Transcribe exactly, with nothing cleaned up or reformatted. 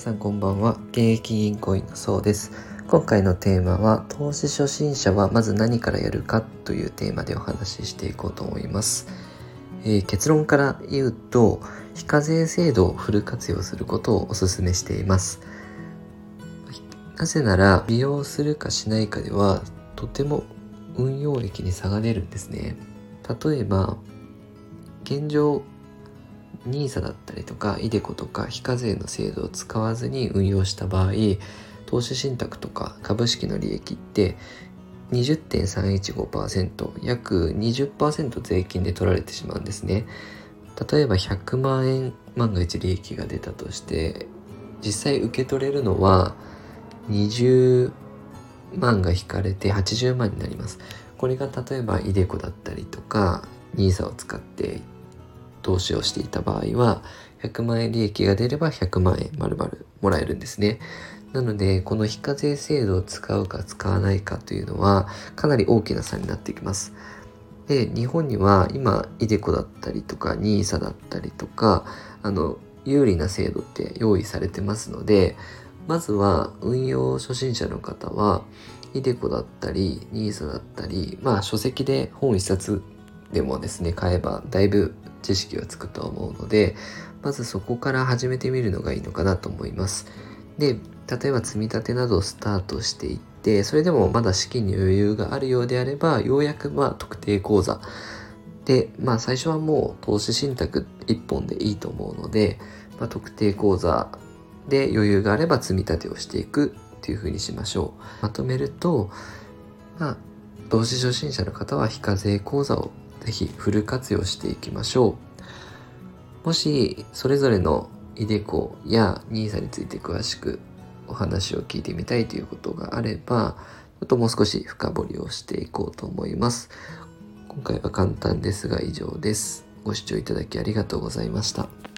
さんこんばんは。現役銀行員のそうです。今回のテーマは、投資初心者はまず何からやるかというテーマでお話ししていこうと思います。えー、結論から言うと、非課税制度をフル活用することをお勧めしています。なぜなら、利用するかしないかでは、とても運用益に差が出るんですね。例えば、現状、ニーサ だったりとか、イデコとか非課税の制度を使わずに運用した場合、投資信託とか株式の利益って にじゅってんさんいちごパーセント、約 にじゅっパーセント 税金で取られてしまうんですね。例えばひゃくまんえん万が一利益が出たとして、実際受け取れるのはにじゅうまんが引かれてはちじゅうまんになります。これが例えばイデコだったりとか ニーサ を使って投資をしていた場合はひゃくまんえん利益が出ればひゃくまんえん丸々もらえるんですね。なのでこの非課税制度を使うか使わないかというのはかなり大きな差になってきます。で、日本には今イデコだったりとか ニーサ だったりとかあの有利な制度って用意されてますので、まずは運用初心者の方はイデコだったり ニーサ だったり、まあ書籍で本一冊でもですね買えばだいぶ知識はつくと思うので、まずそこから始めてみるのがいいのかなと思います。で、例えば積み立てなどをスタートしていって、それでもまだ資金に余裕があるようであれば、ようやくまあ特定口座で、まあ最初はもう投資信託一本でいいと思うので、まあ、特定口座で余裕があれば積み立てをしていくっていう風にしましょう。まとめると、まあ投資初心者の方は非課税口座をぜひフル活用していきましょう。もしそれぞれのイデコやニーサについて詳しくお話を聞いてみたいということがあれば、ちょっともう少し深掘りをしていこうと思います。今回は簡単ですが以上です。ご視聴いただきありがとうございました。